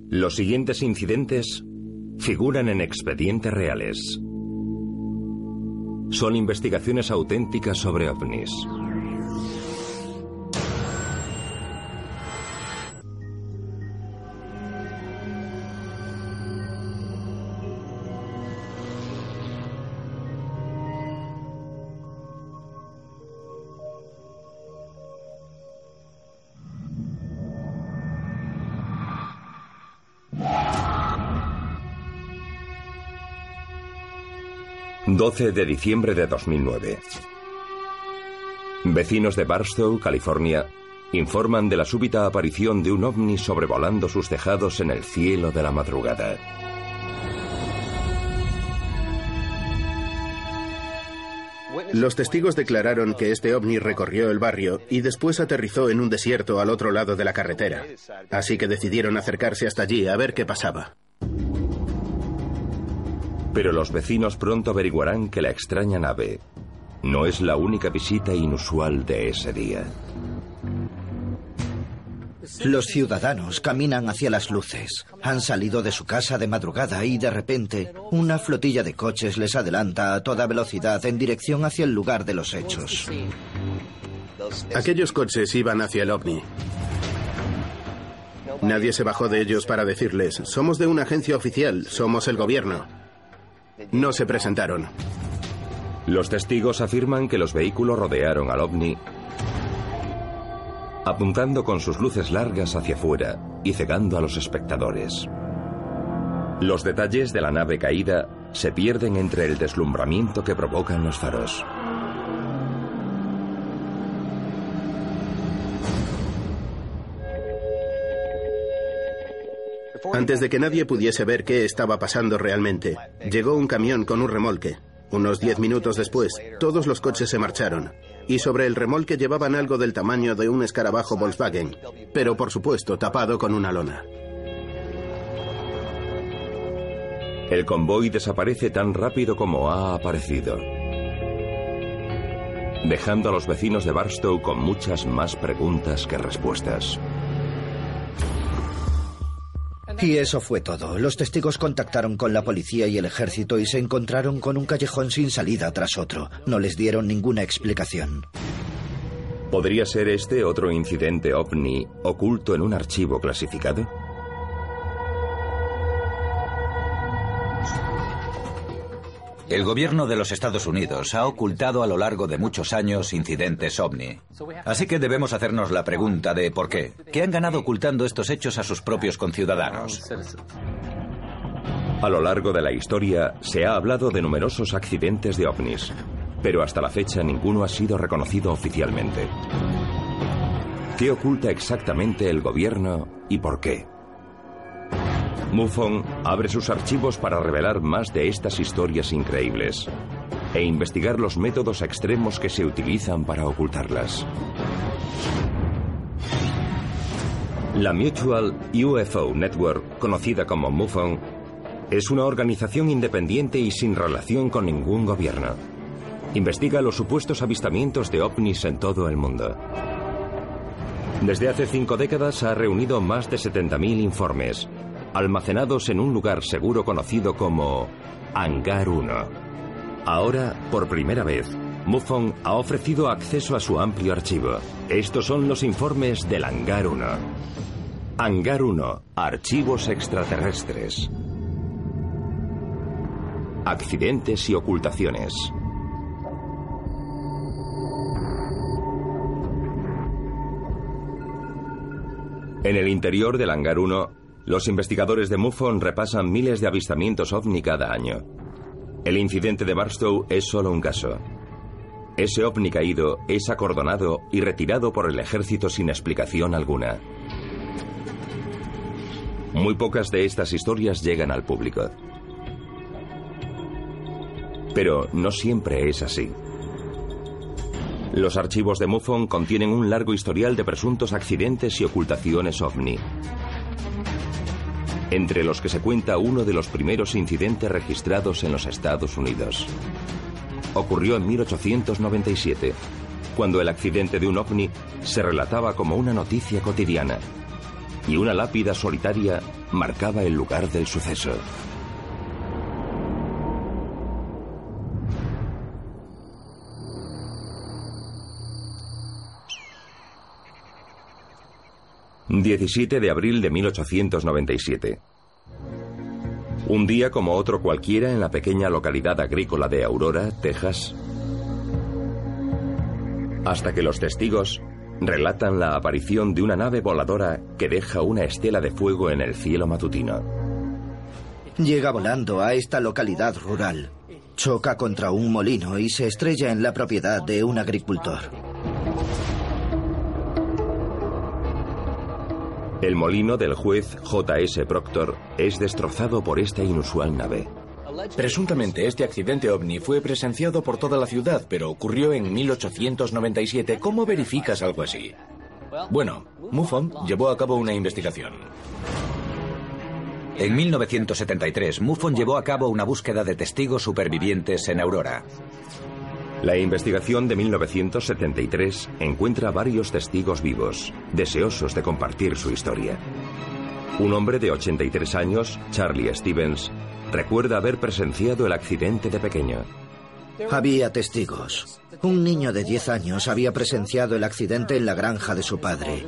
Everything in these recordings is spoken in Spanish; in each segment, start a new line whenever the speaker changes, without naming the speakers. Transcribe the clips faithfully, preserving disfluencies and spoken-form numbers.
Los siguientes incidentes figuran en expedientes reales. Son investigaciones auténticas sobre ovnis. doce de diciembre de dos mil nueve. Vecinos de Barstow, California, informan de la súbita aparición de un ovni sobrevolando sus tejados en el cielo de la madrugada.
Los testigos declararon que este ovni recorrió el barrio y después aterrizó en un desierto al otro lado de la carretera. Así que decidieron acercarse hasta allí a ver qué pasaba.
Pero los vecinos pronto averiguarán que la extraña nave no es la única visita inusual de ese día.
Los ciudadanos caminan hacia las luces. Han salido de su casa de madrugada y de repente una flotilla de coches les adelanta a toda velocidad en dirección hacia el lugar de los hechos.
Aquellos coches iban hacia el ovni. Nadie se bajó de ellos para decirles: somos de una agencia oficial, somos el gobierno. No se presentaron.
Los testigos afirman que los vehículos rodearon al ovni, apuntando con sus luces largas hacia afuera y cegando a los espectadores. Los detalles de la nave caída se pierden entre el deslumbramiento que provocan los faros.
Antes de que nadie pudiese ver qué estaba pasando realmente, llegó un camión con un remolque. Unos diez minutos después, todos los coches se marcharon, y sobre el remolque llevaban algo del tamaño de un escarabajo Volkswagen, pero por supuesto tapado con una lona.
El convoy desaparece tan rápido como ha aparecido, dejando a los vecinos de Barstow con muchas más preguntas que respuestas.
Y eso fue todo. Los testigos contactaron con la policía y el ejército y se encontraron con un callejón sin salida tras otro. No les dieron ninguna explicación.
¿Podría ser este otro incidente ovni oculto en un archivo clasificado?
El gobierno de los Estados Unidos ha ocultado a lo largo de muchos años incidentes ovni. Así que debemos hacernos la pregunta de ¿por qué? ¿Qué han ganado ocultando estos hechos a sus propios conciudadanos?
A lo largo de la historia se ha hablado de numerosos accidentes de ovnis, pero hasta la fecha ninguno ha sido reconocido oficialmente. ¿Qué oculta exactamente el gobierno y por qué? MUFON abre sus archivos para revelar más de estas historias increíbles e investigar los métodos extremos que se utilizan para ocultarlas. La Mutual U F O Network, conocida como MUFON, es una organización independiente y sin relación con ningún gobierno. Investiga los supuestos avistamientos de ovnis en todo el mundo. Desde hace cinco décadas ha reunido más de setenta mil informes, almacenados en un lugar seguro conocido como Hangar uno. Ahora, por primera vez, MUFON ha ofrecido acceso a su amplio archivo. Estos son los informes del Hangar uno. Hangar uno, archivos extraterrestres. Accidentes y ocultaciones. En el interior del Hangar uno, los investigadores de MUFON repasan miles de avistamientos ovni cada año. El incidente de Barstow es solo un caso. Ese ovni caído es acordonado y retirado por el ejército sin explicación alguna. Muy pocas de estas historias llegan al público. Pero no siempre es así. Los archivos de MUFON contienen un largo historial de presuntos accidentes y ocultaciones ovni, entre los que se cuenta uno de los primeros incidentes registrados en los Estados Unidos. Ocurrió en mil ochocientos noventa y siete, cuando el accidente de un ovni se relataba como una noticia cotidiana. y una lápida solitaria marcaba el lugar del suceso. diecisiete de abril de mil ochocientos noventa y siete. Un día como otro cualquiera en la pequeña localidad agrícola de Aurora, Texas, hasta que los testigos relatan la aparición de una nave voladora que deja una estela de fuego en el cielo matutino.
Llega volando a esta localidad rural, choca contra un molino y se estrella en la propiedad de un agricultor.
El molino del juez J S Proctor es destrozado por esta inusual nave.
Presuntamente este accidente ovni fue presenciado por toda la ciudad, pero ocurrió en mil ochocientos noventa y siete. ¿Cómo verificas algo así? Bueno, MUFON llevó a cabo una investigación.
En mil novecientos setenta y tres, MUFON llevó a cabo una búsqueda de testigos supervivientes en Aurora.
La investigación de mil novecientos setenta y tres encuentra varios testigos vivos, deseosos de compartir su historia. Un hombre de ochenta y tres años, Charlie Stevens, recuerda haber presenciado el accidente de pequeño.
Había testigos. Un niño de diez años había presenciado el accidente en la granja de su padre.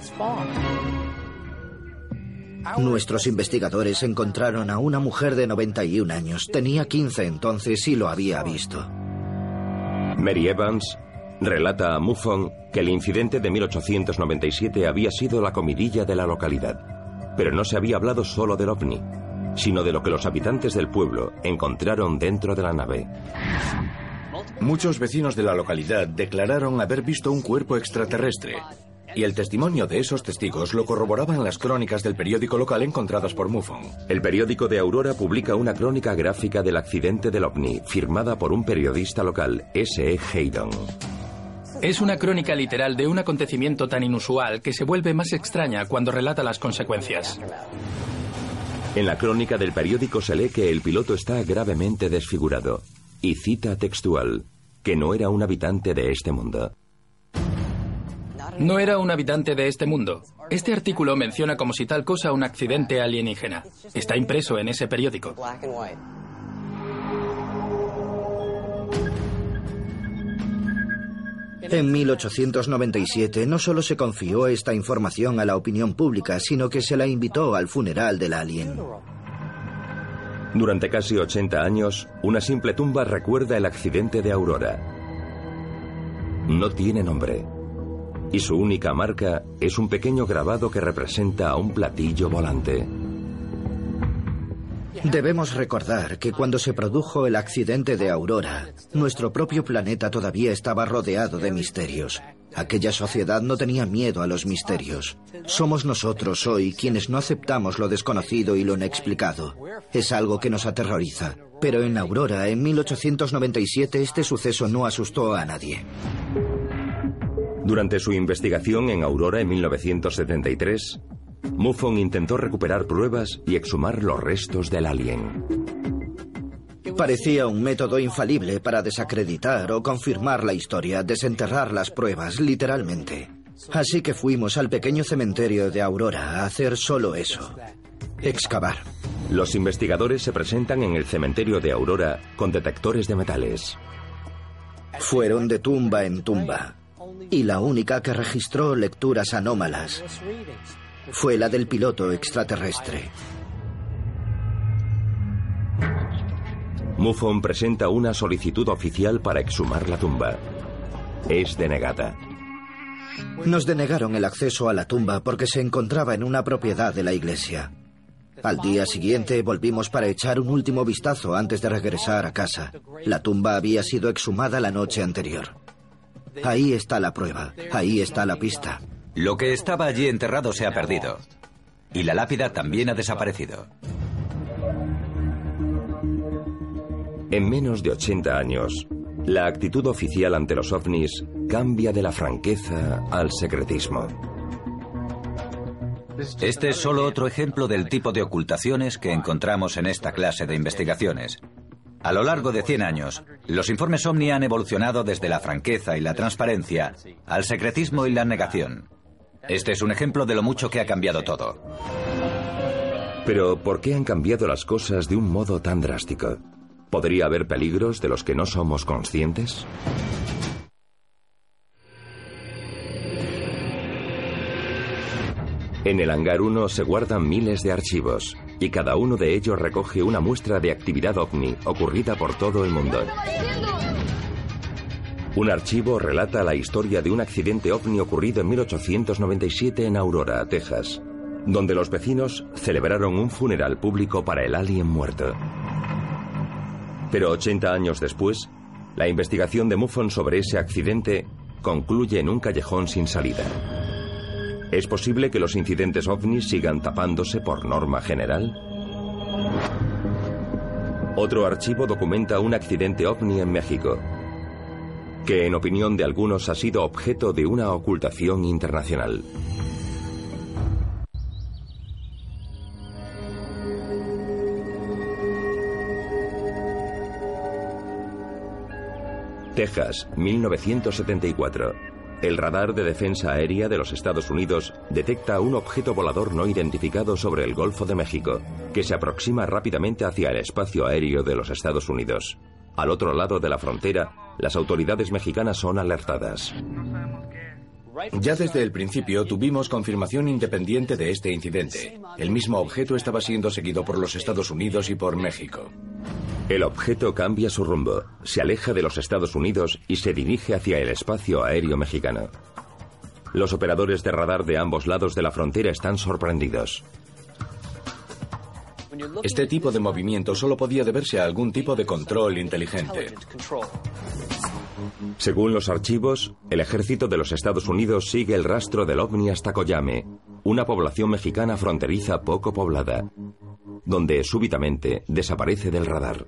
Nuestros investigadores encontraron a una mujer de noventa y un años. Tenía quince entonces y lo había visto.
Mary Evans relata a MUFON que el incidente de mil ochocientos noventa y siete había sido la comidilla de la localidad, pero no se había hablado solo del ovni, sino de lo que los habitantes del pueblo encontraron dentro de la nave.
Muchos vecinos de la localidad declararon haber visto un cuerpo extraterrestre, y el testimonio de esos testigos lo corroboraban las crónicas del periódico local encontradas por MUFON.
El periódico de Aurora publica una crónica gráfica del accidente del ovni, firmada por un periodista local, S E Haydon.
Es una crónica literal de un acontecimiento tan inusual que se vuelve más extraña cuando relata las consecuencias.
En la crónica del periódico se lee que el piloto está gravemente desfigurado, y cita textual, que no era un habitante de este mundo.
No era un habitante de este mundo. Este artículo menciona como si tal cosa un accidente alienígena. Está impreso en ese periódico.
En mil ochocientos noventa y siete no solo se confió esta información a la opinión pública, sino que se la invitó al funeral del alien.
Durante casi ochenta años, una simple tumba recuerda el accidente de Aurora. No tiene nombre, y su única marca es un pequeño grabado que representa a un platillo volante.
Debemos recordar que cuando se produjo el accidente de Aurora, nuestro propio planeta todavía estaba rodeado de misterios. Aquella sociedad no tenía miedo a los misterios. Somos nosotros hoy quienes no aceptamos lo desconocido y lo inexplicado. Es algo que nos aterroriza. Pero en Aurora, en mil ochocientos noventa y siete, este suceso no asustó a nadie.
Durante su investigación en Aurora en mil novecientos setenta y tres, MUFON intentó recuperar pruebas y exhumar los restos del alien.
Parecía un método infalible para desacreditar o confirmar la historia, desenterrar las pruebas, literalmente. Así que fuimos al pequeño cementerio de Aurora a hacer solo eso: excavar.
Los investigadores se presentan en el cementerio de Aurora con detectores de metales.
Fueron de tumba en tumba, y la única que registró lecturas anómalas fue la del piloto extraterrestre.
MUFON presenta una solicitud oficial para exhumar la tumba. Es denegada.
Nos denegaron el acceso a la tumba porque se encontraba en una propiedad de la iglesia. Al día siguiente volvimos para echar un último vistazo antes de regresar a casa. La tumba había sido exhumada la noche anterior. Ahí está la prueba, ahí está la pista.
Lo que estaba allí enterrado se ha perdido. Y la lápida también ha desaparecido.
En menos de ochenta años, la actitud oficial ante los ovnis cambia de la franqueza al secretismo.
Este es solo otro ejemplo del tipo de ocultaciones que encontramos en esta clase de investigaciones. A lo largo de cien años, los informes ovni han evolucionado desde la franqueza y la transparencia al secretismo y la negación. Este es un ejemplo de lo mucho que ha cambiado todo.
Pero, ¿por qué han cambiado las cosas de un modo tan drástico? ¿Podría haber peligros de los que no somos conscientes? En el hangar uno se guardan miles de archivos, y cada uno de ellos recoge una muestra de actividad ovni ocurrida por todo el mundo. Un archivo relata la historia de un accidente ovni ocurrido en mil ochocientos noventa y siete en Aurora, Texas, donde los vecinos celebraron un funeral público para el alien muerto. Pero ochenta años después, la investigación de MUFON sobre ese accidente concluye en un callejón sin salida. ¿Es posible que los incidentes ovnis sigan tapándose por norma general? Otro archivo documenta un accidente ovni en México, que en opinión de algunos ha sido objeto de una ocultación internacional. Texas, mil novecientos setenta y cuatro. El radar de defensa aérea de los Estados Unidos detecta un objeto volador no identificado sobre el Golfo de México, que se aproxima rápidamente hacia el espacio aéreo de los Estados Unidos. Al otro lado de la frontera, las autoridades mexicanas son alertadas.
Ya desde el principio tuvimos confirmación independiente de este incidente. El mismo objeto estaba siendo seguido por los Estados Unidos y por México.
El objeto cambia su rumbo, se aleja de los Estados Unidos y se dirige hacia el espacio aéreo mexicano. Los operadores de radar de ambos lados de la frontera están sorprendidos.
Este tipo de movimiento solo podía deberse a algún tipo de control inteligente.
Según los archivos, el ejército de los Estados Unidos sigue el rastro del ovni hasta Coyame, una población mexicana fronteriza poco poblada, donde súbitamente desaparece del radar.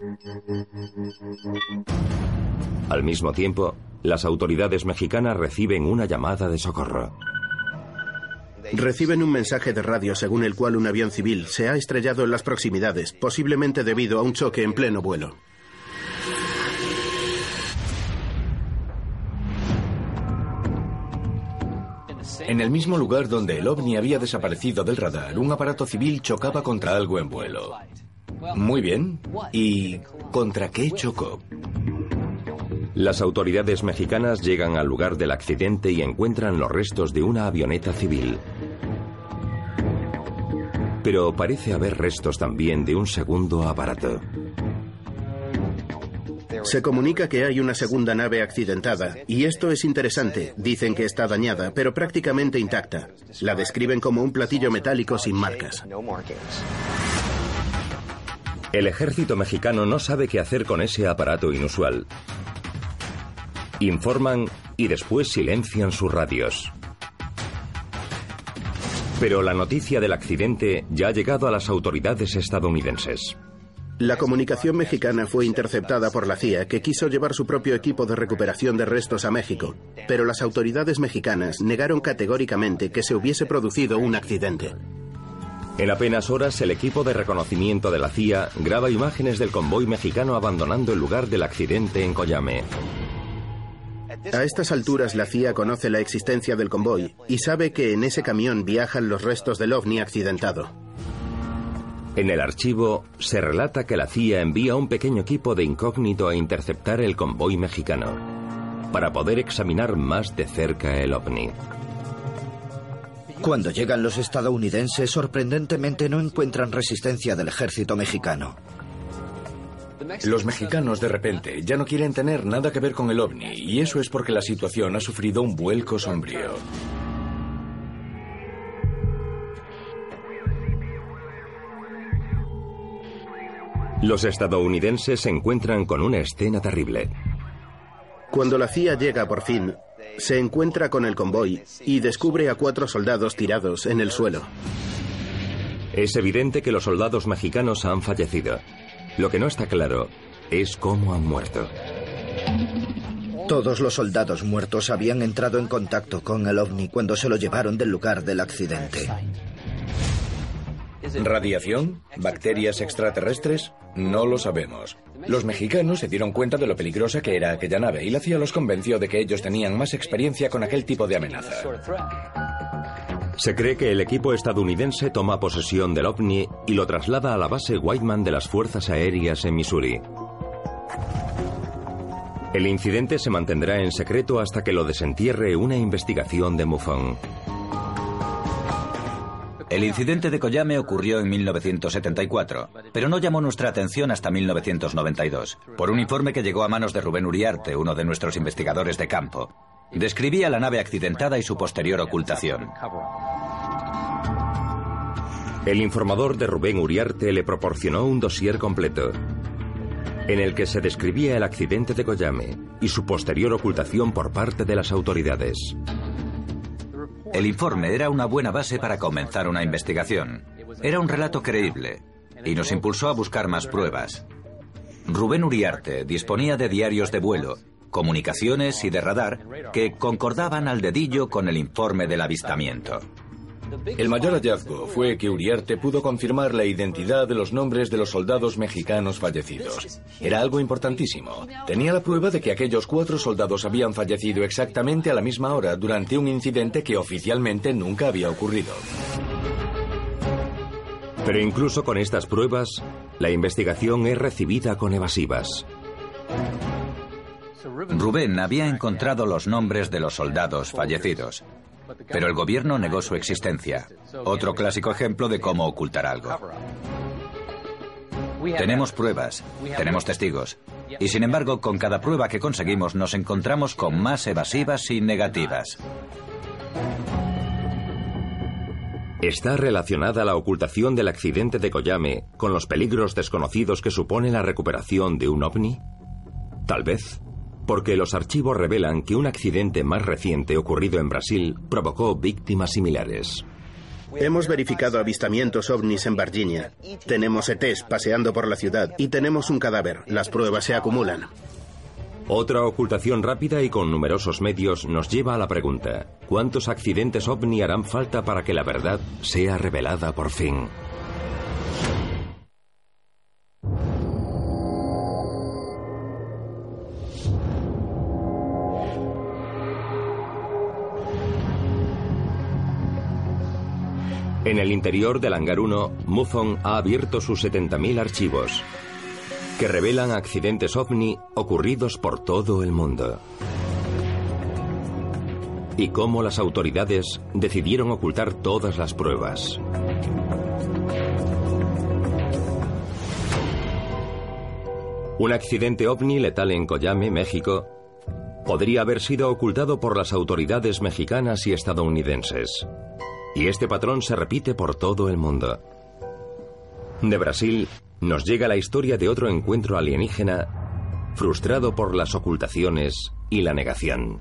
Al mismo tiempo, las autoridades mexicanas reciben una llamada de socorro.
Reciben un mensaje de radio según el cual un avión civil se ha estrellado en las proximidades, posiblemente debido a un choque en pleno vuelo.
En el mismo lugar donde el ovni había desaparecido del radar, un aparato civil chocaba contra algo en vuelo. Muy bien. ¿Y contra qué chocó?
Las autoridades mexicanas llegan al lugar del accidente y encuentran los restos de una avioneta civil. Pero parece haber restos también de un segundo aparato.
Se comunica que hay una segunda nave accidentada, y esto es interesante. Dicen que está dañada, pero prácticamente intacta. La describen como un platillo metálico sin marcas.
El ejército mexicano no sabe qué hacer con ese aparato inusual. Informan y después silencian sus radios. Pero la noticia del accidente ya ha llegado a las autoridades estadounidenses.
La comunicación mexicana fue interceptada por la C I A, que quiso llevar su propio equipo de recuperación de restos a México, pero las autoridades mexicanas negaron categóricamente que se hubiese producido un accidente.
En apenas horas, el equipo de reconocimiento de la C I A graba imágenes del convoy mexicano abandonando el lugar del accidente en Coyame.
A estas alturas, la C I A conoce la existencia del convoy y sabe que en ese camión viajan los restos del ovni accidentado.
En el archivo se relata que la C I A envía un pequeño equipo de incógnito a interceptar el convoy mexicano para poder examinar más de cerca el ovni.
Cuando llegan los estadounidenses, sorprendentemente no encuentran resistencia del ejército mexicano.
Los mexicanos de repente ya no quieren tener nada que ver con el ovni, y eso es porque la situación ha sufrido un vuelco sombrío.
Los estadounidenses se encuentran con una escena terrible.
Cuando la C I A llega por fin, se encuentra con el convoy y descubre a cuatro soldados tirados en el suelo.
Es evidente que los soldados mexicanos han fallecido. Lo que no está claro es cómo han muerto.
Todos los soldados muertos habían entrado en contacto con el ovni cuando se lo llevaron del lugar del accidente.
¿Radiación? ¿Bacterias extraterrestres? No lo sabemos. Los mexicanos se dieron cuenta de lo peligrosa que era aquella nave y la C I A los convenció de que ellos tenían más experiencia con aquel tipo de amenaza.
Se cree que el equipo estadounidense toma posesión del ovni y lo traslada a la base Whiteman de las Fuerzas Aéreas en Missouri. El incidente se mantendrá en secreto hasta que lo desentierre una investigación de MUFON.
El incidente de Koyame ocurrió en mil novecientos setenta y cuatro, pero no llamó nuestra atención hasta mil novecientos noventa y dos, por un informe que llegó a manos de Rubén Uriarte, uno de nuestros investigadores de campo. Describía la nave accidentada y su posterior ocultación.
El informador de Rubén Uriarte le proporcionó un dossier completo, en el que se describía el accidente de Koyame y su posterior ocultación por parte de las autoridades.
El informe era una buena base para comenzar una investigación. Era un relato creíble y nos impulsó a buscar más pruebas. Rubén Uriarte disponía de diarios de vuelo, comunicaciones y de radar que concordaban al dedillo con el informe del avistamiento.
El mayor hallazgo fue que Uriarte pudo confirmar la identidad de los nombres de los soldados mexicanos fallecidos. Era algo importantísimo. Tenía la prueba de que aquellos cuatro soldados habían fallecido exactamente a la misma hora durante un incidente que oficialmente nunca había ocurrido.
Pero incluso con estas pruebas, la investigación es recibida con evasivas.
Rubén había encontrado los nombres de los soldados fallecidos, pero el gobierno negó su existencia. Otro clásico ejemplo de cómo ocultar algo. Tenemos pruebas, tenemos testigos, y sin embargo, con cada prueba que conseguimos nos encontramos con más evasivas y negativas.
¿Está relacionada la ocultación del accidente de Koyame con los peligros desconocidos que supone la recuperación de un ovni? Tal vez. Porque los archivos revelan que un accidente más reciente ocurrido en Brasil provocó víctimas similares.
Hemos verificado avistamientos ovnis en Virginia. Tenemos E Tes paseando por la ciudad y tenemos un cadáver. Las pruebas se acumulan.
Otra ocultación rápida y con numerosos medios nos lleva a la pregunta: ¿cuántos accidentes ovni harán falta para que la verdad sea revelada por fin? En el interior del Hangar uno, MUFON ha abierto sus setenta mil archivos, que revelan accidentes ovni ocurridos por todo el mundo. Y cómo las autoridades decidieron ocultar todas las pruebas. Un accidente ovni letal en Koyame, México, podría haber sido ocultado por las autoridades mexicanas y estadounidenses. Y este patrón se repite por todo el mundo. De Brasil nos llega la historia de otro encuentro alienígena frustrado por las ocultaciones y la negación.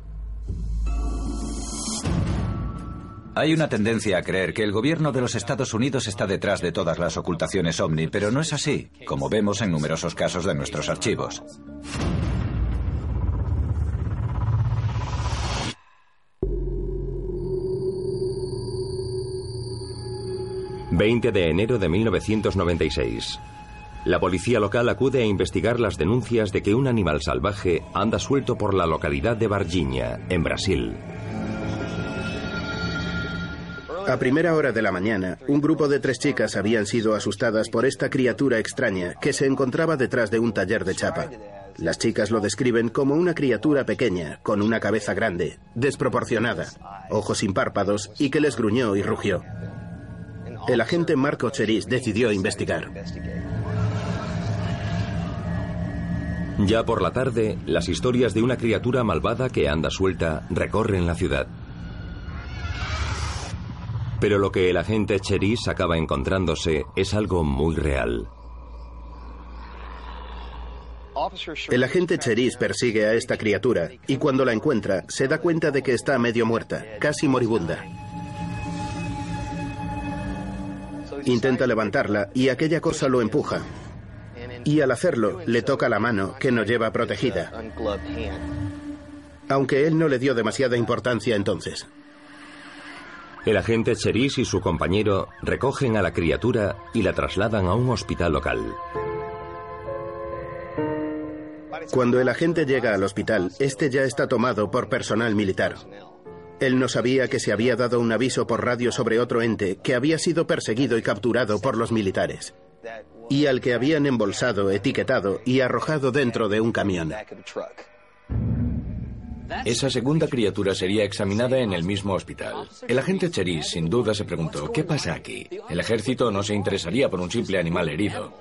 Hay una tendencia a creer que el gobierno de los Estados Unidos está detrás de todas las ocultaciones ovni, pero no es así, como vemos en numerosos casos de nuestros archivos.
veinte de enero de mil novecientos noventa y seis. La policía local acude a investigar las denuncias de que un animal salvaje anda suelto por la localidad de Varginha, en Brasil.
A primera hora de la mañana, un grupo de tres chicas habían sido asustadas por esta criatura extraña que se encontraba detrás de un taller de chapa. Las chicas lo describen como una criatura pequeña, con una cabeza grande, desproporcionada, ojos sin párpados y que les gruñó y rugió. El agente Marco Cheris decidió investigar.
Ya por la tarde, las historias de una criatura malvada que anda suelta recorren la ciudad. Pero lo que el agente Cheris acaba encontrándose es algo muy real.
El agente Cheris persigue a esta criatura y cuando la encuentra se da cuenta de que está medio muerta, casi moribunda. Intenta levantarla y aquella cosa lo empuja. Y al hacerlo, le toca la mano que no lleva protegida. Aunque él no le dio demasiada importancia entonces.
El agente Cheris y su compañero recogen a la criatura y la trasladan a un hospital local.
Cuando el agente llega al hospital, este ya está tomado por personal militar. Él no sabía que se había dado un aviso por radio sobre otro ente que había sido perseguido y capturado por los militares, y al que habían embolsado, etiquetado y arrojado dentro de un camión.
Esa segunda criatura sería examinada en el mismo hospital. El agente Cherise sin duda se preguntó, ¿qué pasa aquí? El ejército no se interesaría por un simple animal herido.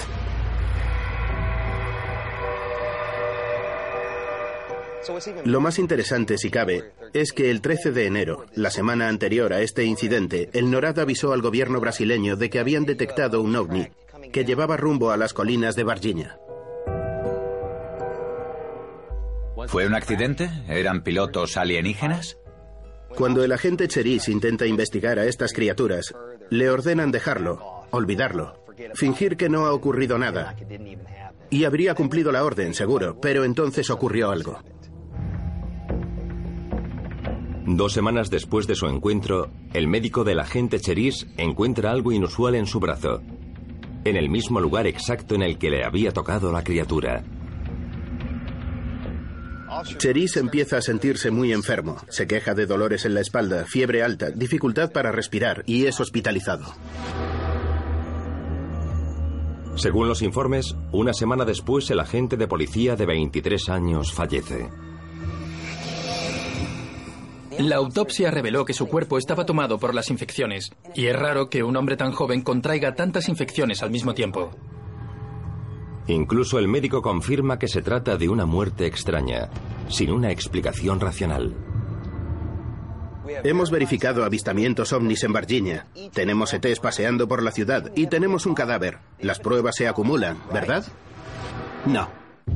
Lo más interesante, si cabe, es que el trece de enero, la semana anterior a este incidente, el NORAD avisó al gobierno brasileño de que habían detectado un ovni que llevaba rumbo a las colinas de Varginha.
¿Fue un accidente? ¿Eran pilotos alienígenas?
Cuando el agente Cherise intenta investigar a estas criaturas, le ordenan dejarlo, olvidarlo, fingir que no ha ocurrido nada. Y habría cumplido la orden, seguro, pero entonces ocurrió algo.
Dos semanas después de su encuentro, el médico del agente Cherise encuentra algo inusual en su brazo, en el mismo lugar exacto en el que le había tocado la criatura.
Cherise empieza a sentirse muy enfermo. Se queja de dolores en la espalda, fiebre alta, dificultad para respirar y es hospitalizado.
Según los informes, una semana después el agente de policía de veintitrés años fallece.
La autopsia reveló que su cuerpo estaba tomado por las infecciones, y es raro que un hombre tan joven contraiga tantas infecciones al mismo tiempo.
Incluso el médico confirma que se trata de una muerte extraña, sin una explicación racional.
Hemos verificado avistamientos ovnis en Varginha. Tenemos E Tes paseando por la ciudad y tenemos un cadáver. Las pruebas se acumulan, ¿verdad? No.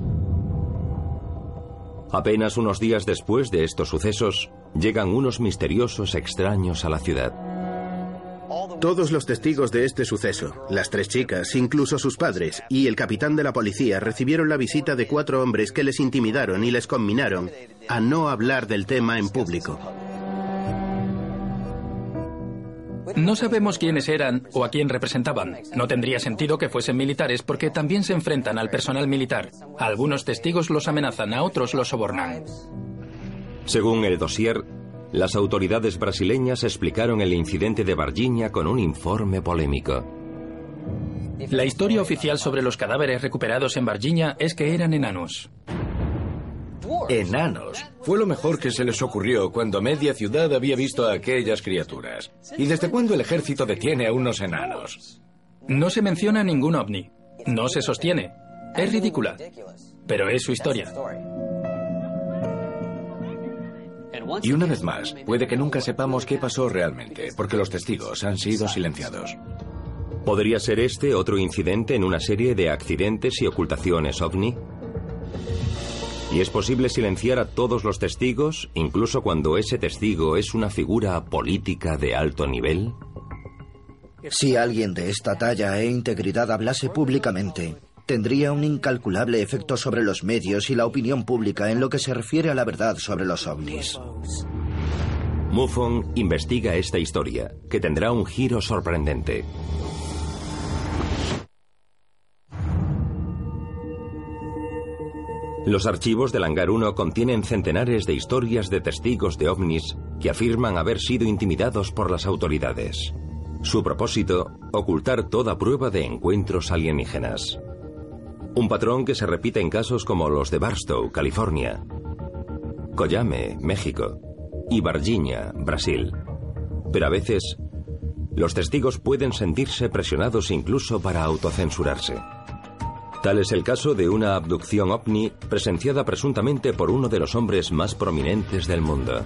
Apenas unos días después de estos sucesos, llegan unos misteriosos extraños a la ciudad.
Todos los testigos de este suceso, las tres chicas, incluso sus padres y el capitán de la policía recibieron la visita de cuatro hombres que les intimidaron y les conminaron a no hablar del tema en público.
No sabemos quiénes eran o a quién representaban. No tendría sentido que fuesen militares porque también se enfrentan al personal militar. A algunos testigos los amenazan, a otros los sobornan.
Según el dossier, las autoridades brasileñas explicaron el incidente de Varginha con un informe polémico.
La historia oficial sobre los cadáveres recuperados en Varginha es que eran enanos.
Enanos. Fue lo mejor que se les ocurrió cuando media ciudad había visto a aquellas criaturas. ¿Y desde cuándo el ejército detiene a unos enanos?
No se menciona ningún ovni. No se sostiene. Es ridícula. Pero es su historia.
Y una vez más, puede que nunca sepamos qué pasó realmente, porque los testigos han sido silenciados.
¿Podría ser este otro incidente en una serie de accidentes y ocultaciones ovni? ¿Y es posible silenciar a todos los testigos, incluso cuando ese testigo es una figura política de alto nivel?
Si alguien de esta talla e integridad hablase públicamente, tendría un incalculable efecto sobre los medios y la opinión pública en lo que se refiere a la verdad sobre los ovnis.
MUFON investiga esta historia, que tendrá un giro sorprendente. Los archivos del Hangar uno contienen centenares de historias de testigos de ovnis que afirman haber sido intimidados por las autoridades. Su propósito, ocultar toda prueba de encuentros alienígenas. Un patrón que se repite en casos como los de Barstow, California, Coyame, México, y Varginha, Brasil. Pero a veces, los testigos pueden sentirse presionados incluso para autocensurarse. Tal es el caso de una abducción ovni presenciada presuntamente por uno de los hombres más prominentes del mundo.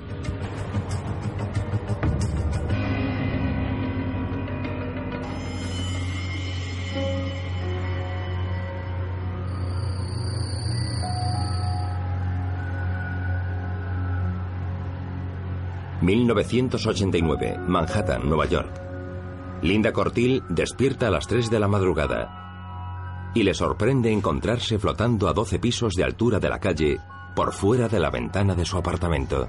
mil novecientos ochenta y nueve, Manhattan, Nueva York. Linda Cortil despierta a las tres de la madrugada y le sorprende encontrarse flotando a doce pisos de altura de la calle por fuera de la ventana de su apartamento.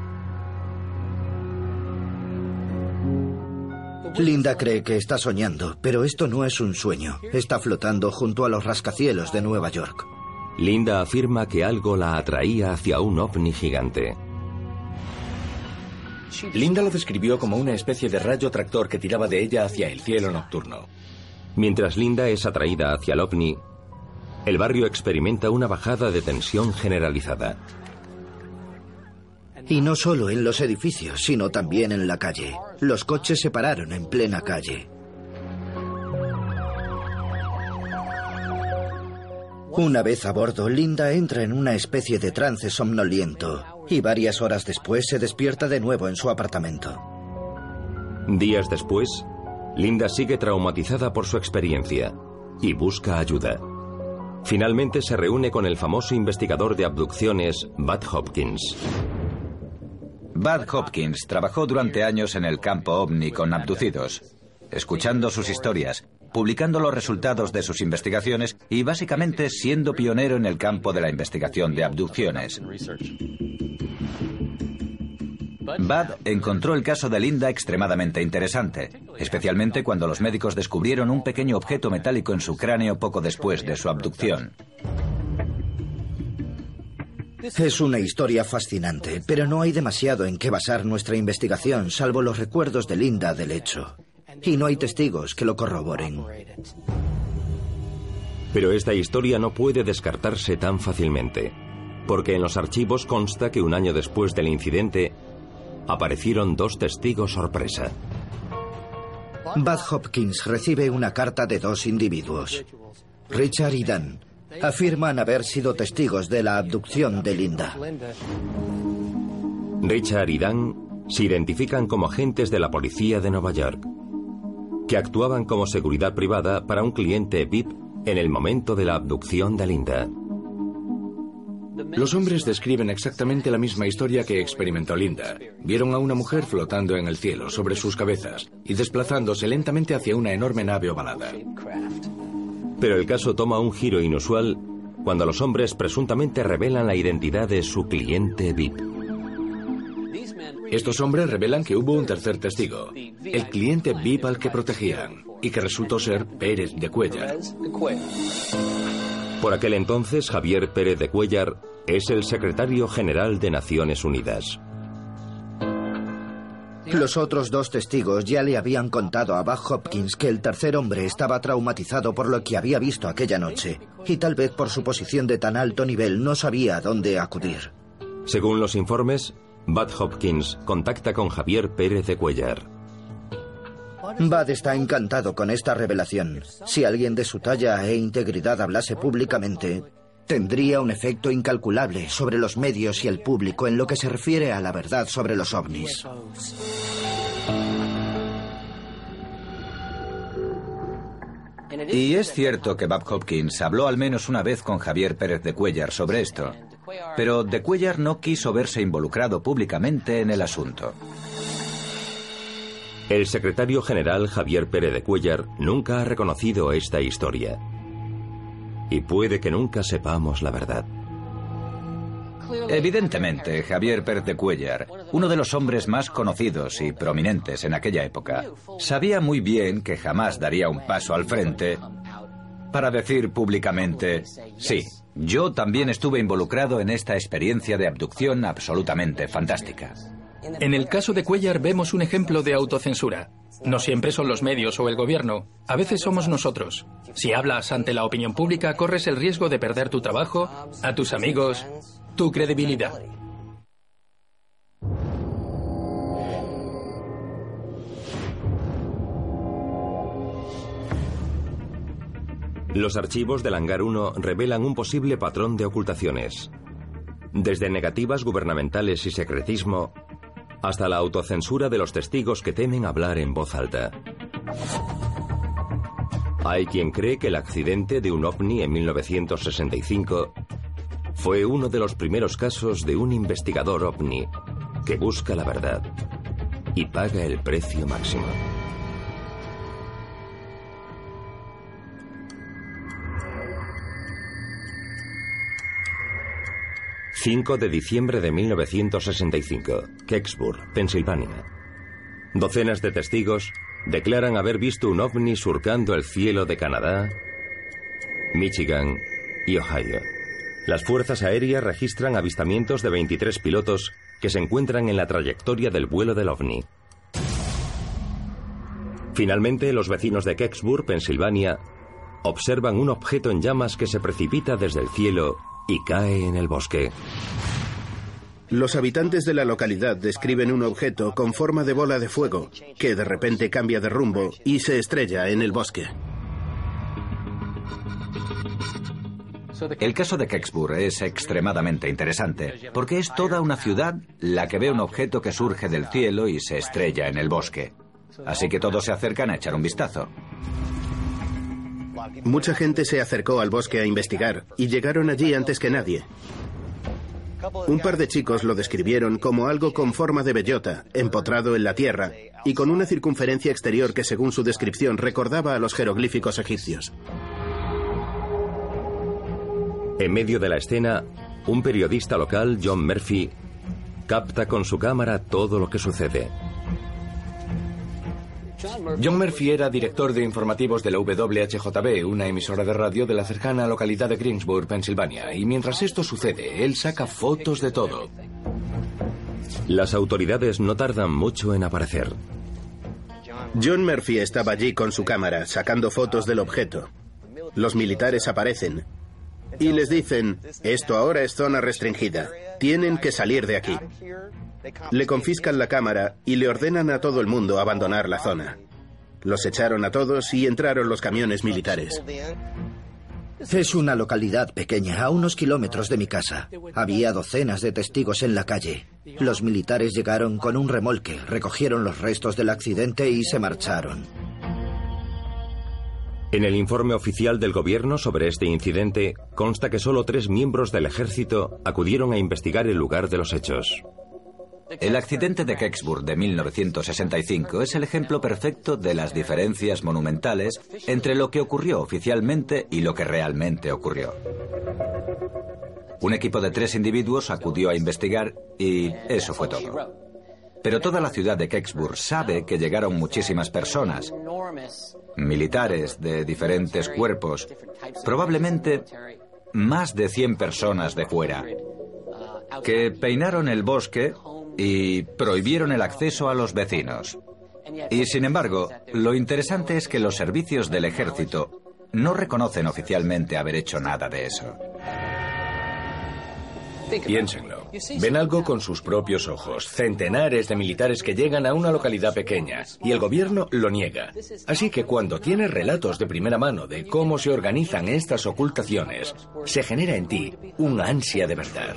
Linda cree que está soñando, pero esto no es un sueño. Está flotando junto a los rascacielos de Nueva York.
Linda afirma que algo la atraía hacia un ovni gigante.
Linda lo describió como una especie de rayo tractor que tiraba de ella hacia el cielo nocturno.
Mientras Linda es atraída hacia el ovni, el barrio experimenta una bajada de tensión generalizada.
Y no solo en los edificios, sino también en la calle. Los coches se pararon en plena calle. Una vez a bordo, Linda entra en una especie de trance somnoliento y varias horas después se despierta de nuevo en su apartamento.
Días después, Linda sigue traumatizada por su experiencia y busca ayuda. Finalmente se reúne con el famoso investigador de abducciones, Bud Hopkins.
Bud Hopkins trabajó durante años en el campo ovni con abducidos, escuchando sus historias, publicando los resultados de sus investigaciones y básicamente siendo pionero en el campo de la investigación de abducciones. Bud encontró el caso de Linda extremadamente interesante, especialmente cuando los médicos descubrieron un pequeño objeto metálico en su cráneo poco después de su abducción.
Es una historia fascinante, pero no hay demasiado en qué basar nuestra investigación, salvo los recuerdos de Linda del hecho. Y no hay testigos que lo corroboren.
Pero esta historia no puede descartarse tan fácilmente, porque en los archivos consta que un año después del incidente aparecieron dos testigos sorpresa.
Bud Hopkins recibe una carta de dos individuos. Richard y Dan afirman haber sido testigos de la abducción de Linda.
Richard y Dan se identifican como agentes de la policía de Nueva York, que actuaban como seguridad privada para un cliente V I P en el momento de la abducción de Linda.
Los hombres describen exactamente la misma historia que experimentó Linda. Vieron a una mujer flotando en el cielo sobre sus cabezas y desplazándose lentamente hacia una enorme nave ovalada.
Pero el caso toma un giro inusual cuando los hombres presuntamente revelan la identidad de su cliente V I P.
Estos hombres revelan que hubo un tercer testigo, el cliente V I P al que protegían, y que resultó ser Pérez de Cuéllar.
Por aquel entonces, Javier Pérez de Cuéllar es el secretario general de Naciones Unidas.
Los otros dos testigos ya le habían contado a Bud Hopkins que el tercer hombre estaba traumatizado por lo que había visto aquella noche, y tal vez por su posición de tan alto nivel no sabía a dónde acudir.
Según los informes, Bud Hopkins contacta con Javier Pérez de Cuéllar.
Bud está encantado con esta revelación. Si alguien de su talla e integridad hablase públicamente, tendría un efecto incalculable sobre los medios y el público en lo que se refiere a la verdad sobre los ovnis.
Y es cierto que Bud Hopkins habló al menos una vez con Javier Pérez de Cuéllar sobre esto, pero de Cuéllar no quiso verse involucrado públicamente en el asunto.
El secretario general Javier Pérez de Cuéllar nunca ha reconocido esta historia. Y puede que nunca sepamos la verdad.
Evidentemente, Javier Pérez de Cuéllar, uno de los hombres más conocidos y prominentes en aquella época, sabía muy bien que jamás daría un paso al frente para decir públicamente: sí, yo también estuve involucrado en esta experiencia de abducción absolutamente fantástica.
En el caso de Cuéllar vemos un ejemplo de autocensura. No siempre son los medios o el gobierno, a veces somos nosotros. Si hablas ante la opinión pública, corres el riesgo de perder tu trabajo, a tus amigos, tu credibilidad.
Los archivos del Hangar uno revelan un posible patrón de ocultaciones. Desde negativas gubernamentales y secretismo, hasta la autocensura de los testigos que temen hablar en voz alta. Hay quien cree que el accidente de un ovni en mil novecientos sesenta y cinco fue uno de los primeros casos de un investigador ovni que busca la verdad y paga el precio máximo. cinco de diciembre de mil novecientos sesenta y cinco, Kecksburg, Pensilvania. Docenas de testigos declaran haber visto un ovni surcando el cielo de Canadá, Michigan y Ohio. Las fuerzas aéreas registran avistamientos de veintitrés pilotos que se encuentran en la trayectoria del vuelo del ovni. Finalmente, los vecinos de Kecksburg, Pensilvania, observan un objeto en llamas que se precipita desde el cielo y cae en el bosque.
Los habitantes de la localidad describen un objeto con forma de bola de fuego que de repente cambia de rumbo y se estrella en el bosque.
El caso de Kecksburg es extremadamente interesante, porque es toda una ciudad la que ve un objeto que surge del cielo y se estrella en el bosque. Así que todos se acercan a echar un vistazo.
Mucha gente se acercó al bosque a investigar y llegaron allí antes que nadie. Un par de chicos lo describieron como algo con forma de bellota, empotrado en la tierra y con una circunferencia exterior que, según su descripción, recordaba a los jeroglíficos egipcios.
En medio de la escena, un periodista local, John Murphy, capta con su cámara todo lo que sucede.
John Murphy era director de informativos de la W H J B, una emisora de radio de la cercana localidad de Greensburg, Pensilvania, y mientras esto sucede, él saca fotos de todo.
Las autoridades no tardan mucho en aparecer.
John Murphy estaba allí con su cámara, sacando fotos del objeto. Los militares aparecen y les dicen: esto ahora es zona restringida, tienen que salir de aquí. Le confiscan la cámara y le ordenan a todo el mundo abandonar la zona. Los echaron a todos y entraron los camiones militares.
Es una localidad pequeña, a unos kilómetros de mi casa. Había docenas de testigos en la calle. Los militares llegaron con un remolque, recogieron los restos del accidente y se marcharon.
En el informe oficial del gobierno sobre este incidente consta que solo tres miembros del ejército acudieron a investigar el lugar de los hechos.
El accidente de Kecksburg de mil novecientos sesenta y cinco es el ejemplo perfecto de las diferencias monumentales entre lo que ocurrió oficialmente y lo que realmente ocurrió. Un equipo de tres individuos acudió a investigar y eso fue todo. Pero toda la ciudad de Kecksburg sabe que llegaron muchísimas personas, militares de diferentes cuerpos, probablemente más de cien personas de fuera, que peinaron el bosque y prohibieron el acceso a los vecinos. Y sin embargo, lo interesante es que los servicios del ejército no reconocen oficialmente haber hecho nada de eso.
Piénsenlo. Ven algo con sus propios ojos. Centenares de militares que llegan a una localidad pequeña y el gobierno lo niega. Así que cuando tienes relatos de primera mano de cómo se organizan estas ocultaciones, se genera en ti una ansia de verdad.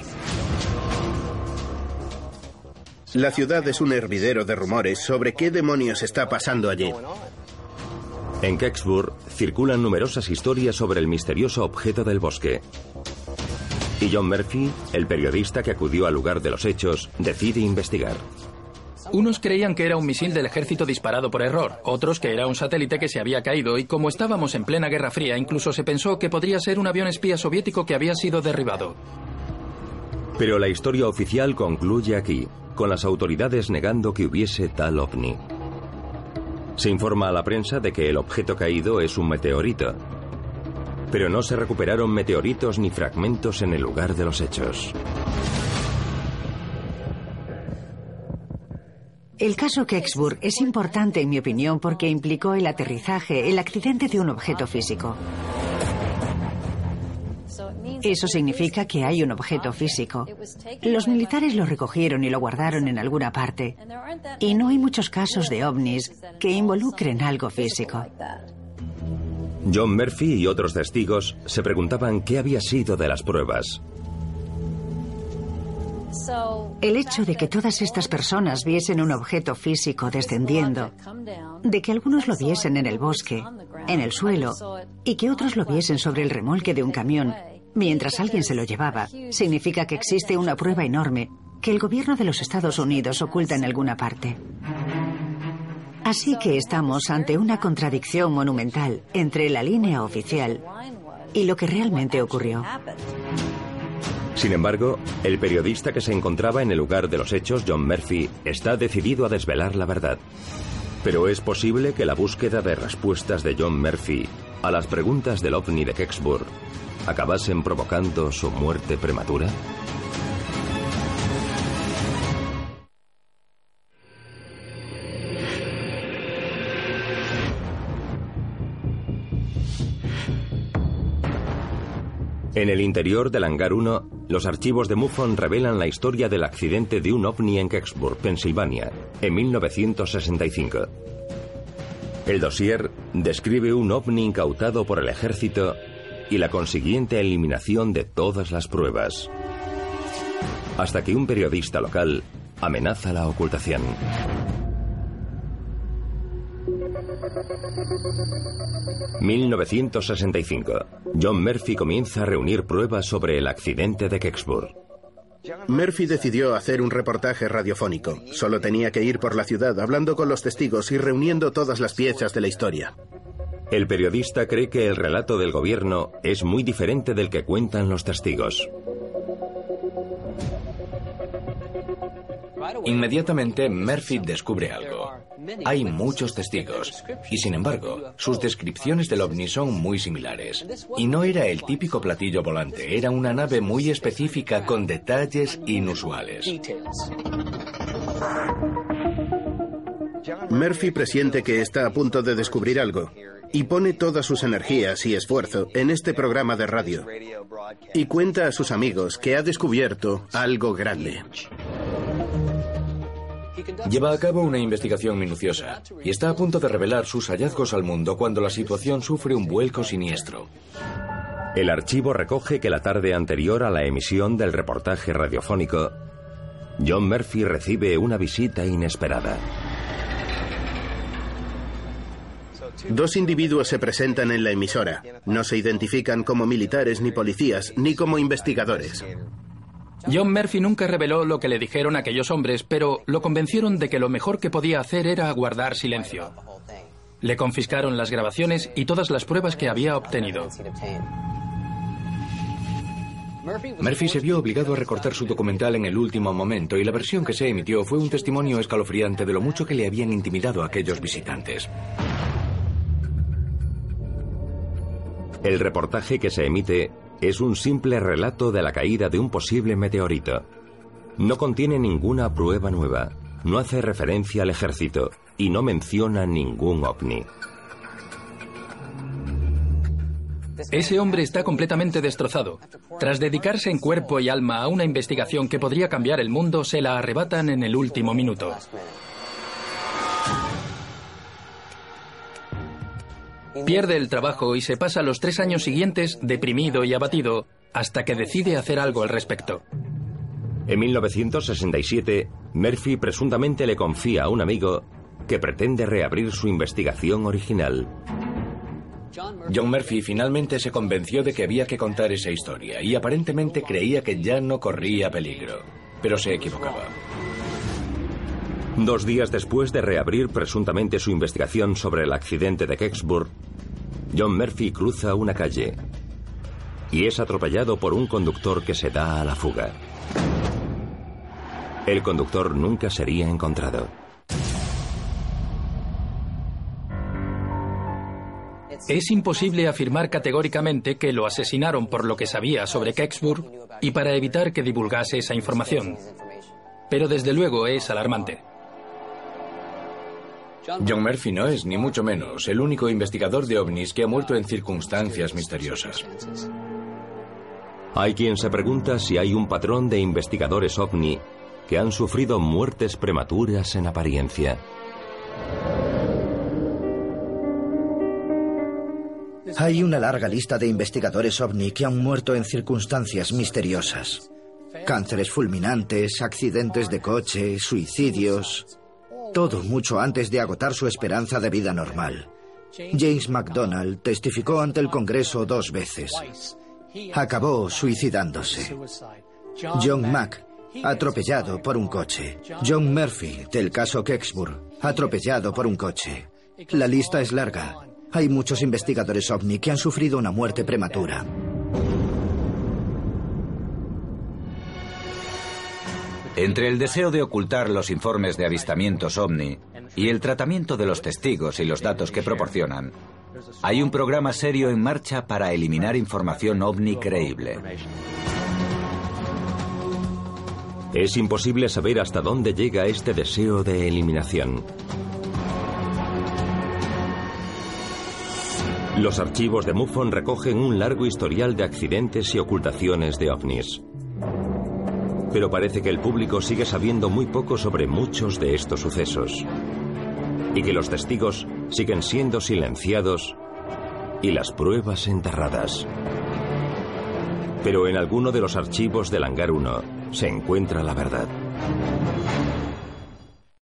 La ciudad es un hervidero de rumores sobre qué demonios está pasando allí.
En Kecksburg circulan numerosas historias sobre el misterioso objeto del bosque. Y John Murphy, el periodista que acudió al lugar de los hechos, decide investigar.
Unos creían que era un misil del ejército disparado por error, otros que era un satélite que se había caído y como estábamos en plena Guerra Fría, incluso se pensó que podría ser un avión espía soviético que había sido derribado.
Pero la historia oficial concluye aquí, con las autoridades negando que hubiese tal ovni. Se informa a la prensa de que el objeto caído es un meteorito, pero no se recuperaron meteoritos ni fragmentos en el lugar de los hechos.
El caso Kecksburg es importante, en mi opinión, porque implicó el aterrizaje, el accidente de un objeto físico. Eso significa que hay un objeto físico. Los militares lo recogieron y lo guardaron en alguna parte. Y no hay muchos casos de ovnis que involucren algo físico.
John Murphy y otros testigos se preguntaban qué había sido de las pruebas.
El hecho de que todas estas personas viesen un objeto físico descendiendo, de que algunos lo viesen en el bosque, en el suelo, y que otros lo viesen sobre el remolque de un camión, mientras alguien se lo llevaba, significa que existe una prueba enorme que el gobierno de los Estados Unidos oculta en alguna parte. Así que estamos ante una contradicción monumental entre la línea oficial y lo que realmente ocurrió.
Sin embargo, el periodista que se encontraba en el lugar de los hechos, John Murphy, está decidido a desvelar la verdad. Pero ¿es posible que la búsqueda de respuestas de John Murphy a las preguntas del ovni de Kecksburg acabasen provocando su muerte prematura? En el interior del hangar uno, los archivos de MUFON revelan la historia del accidente de un ovni en Kecksburg, Pensilvania, en mil novecientos sesenta y cinco. El dossier describe un ovni incautado por el ejército y la consiguiente eliminación de todas las pruebas, hasta que un periodista local amenaza la ocultación. mil novecientos sesenta y cinco. John Murphy comienza a reunir pruebas sobre el accidente de Kecksburg.
Murphy decidió hacer un reportaje radiofónico. Solo tenía que ir por la ciudad hablando con los testigos y reuniendo todas las piezas de la historia.
El periodista cree que el relato del gobierno es muy diferente del que cuentan los testigos.
Inmediatamente, Murphy descubre algo. Hay muchos testigos, y sin embargo, sus descripciones del ovni son muy similares. Y no era el típico platillo volante, era una nave muy específica con detalles inusuales.
Murphy presiente que está a punto de descubrir algo y pone todas sus energías y esfuerzo en este programa de radio. Y cuenta a sus amigos que ha descubierto algo grande.
Lleva a cabo una investigación minuciosa y está a punto de revelar sus hallazgos al mundo cuando la situación sufre un vuelco siniestro.
El archivo recoge que la tarde anterior a la emisión del reportaje radiofónico, John Murphy recibe una visita inesperada.
Dos individuos se presentan en la emisora. No se identifican como militares ni policías, ni como investigadores.
John Murphy nunca reveló lo que le dijeron aquellos hombres, pero lo convencieron de que lo mejor que podía hacer era guardar silencio. Le confiscaron las grabaciones y todas las pruebas que había obtenido.
Murphy se vio obligado a recortar su documental en el último momento y la versión que se emitió fue un testimonio escalofriante de lo mucho que le habían intimidado a aquellos visitantes.
El reportaje que se emite es un simple relato de la caída de un posible meteorito. No contiene ninguna prueba nueva, no hace referencia al ejército y no menciona ningún ovni.
Ese hombre está completamente destrozado. Tras dedicarse en cuerpo y alma a una investigación que podría cambiar el mundo, se la arrebatan en el último minuto. Pierde el trabajo y se pasa los tres años siguientes deprimido y abatido, hasta que decide hacer algo al respecto.
En mil novecientos sesenta y siete, Murphy presuntamente le confía a un amigo que pretende reabrir su investigación original.
John Murphy finalmente se convenció de que había que contar esa historia y aparentemente creía que ya no corría peligro, pero se equivocaba.
Dos días después de reabrir presuntamente su investigación sobre el accidente de Kecksburg, John Murphy cruza una calle y es atropellado por un conductor que se da a la fuga. El conductor nunca sería encontrado.
Es imposible afirmar categóricamente que lo asesinaron por lo que sabía sobre Kecksburg y para evitar que divulgase esa información. Pero desde luego es alarmante.
John Murphy no es, ni mucho menos, el único investigador de ovnis que ha muerto en circunstancias misteriosas.
Hay quien se pregunta si hay un patrón de investigadores ovni que han sufrido muertes prematuras en apariencia.
Hay una larga lista de investigadores ovni que han muerto en circunstancias misteriosas. Cánceres fulminantes, accidentes de coche, suicidios... Todo mucho antes de agotar su esperanza de vida normal. James McDonald testificó ante el Congreso dos veces. Acabó suicidándose. John Mack, atropellado por un coche. John Murphy, del caso Kecksburg, atropellado por un coche. La lista es larga. Hay muchos investigadores ovni que han sufrido una muerte prematura.
Entre el deseo de ocultar los informes de avistamientos ovni y el tratamiento de los testigos y los datos que proporcionan, hay un programa serio en marcha para eliminar información ovni creíble.
Es imposible saber hasta dónde llega este deseo de eliminación. Los archivos de MUFON recogen un largo historial de accidentes y ocultaciones de ovnis. Pero parece que el público sigue sabiendo muy poco sobre muchos de estos sucesos. Y que los testigos siguen siendo silenciados y las pruebas enterradas. Pero en alguno de los archivos del Hangar uno se encuentra la verdad.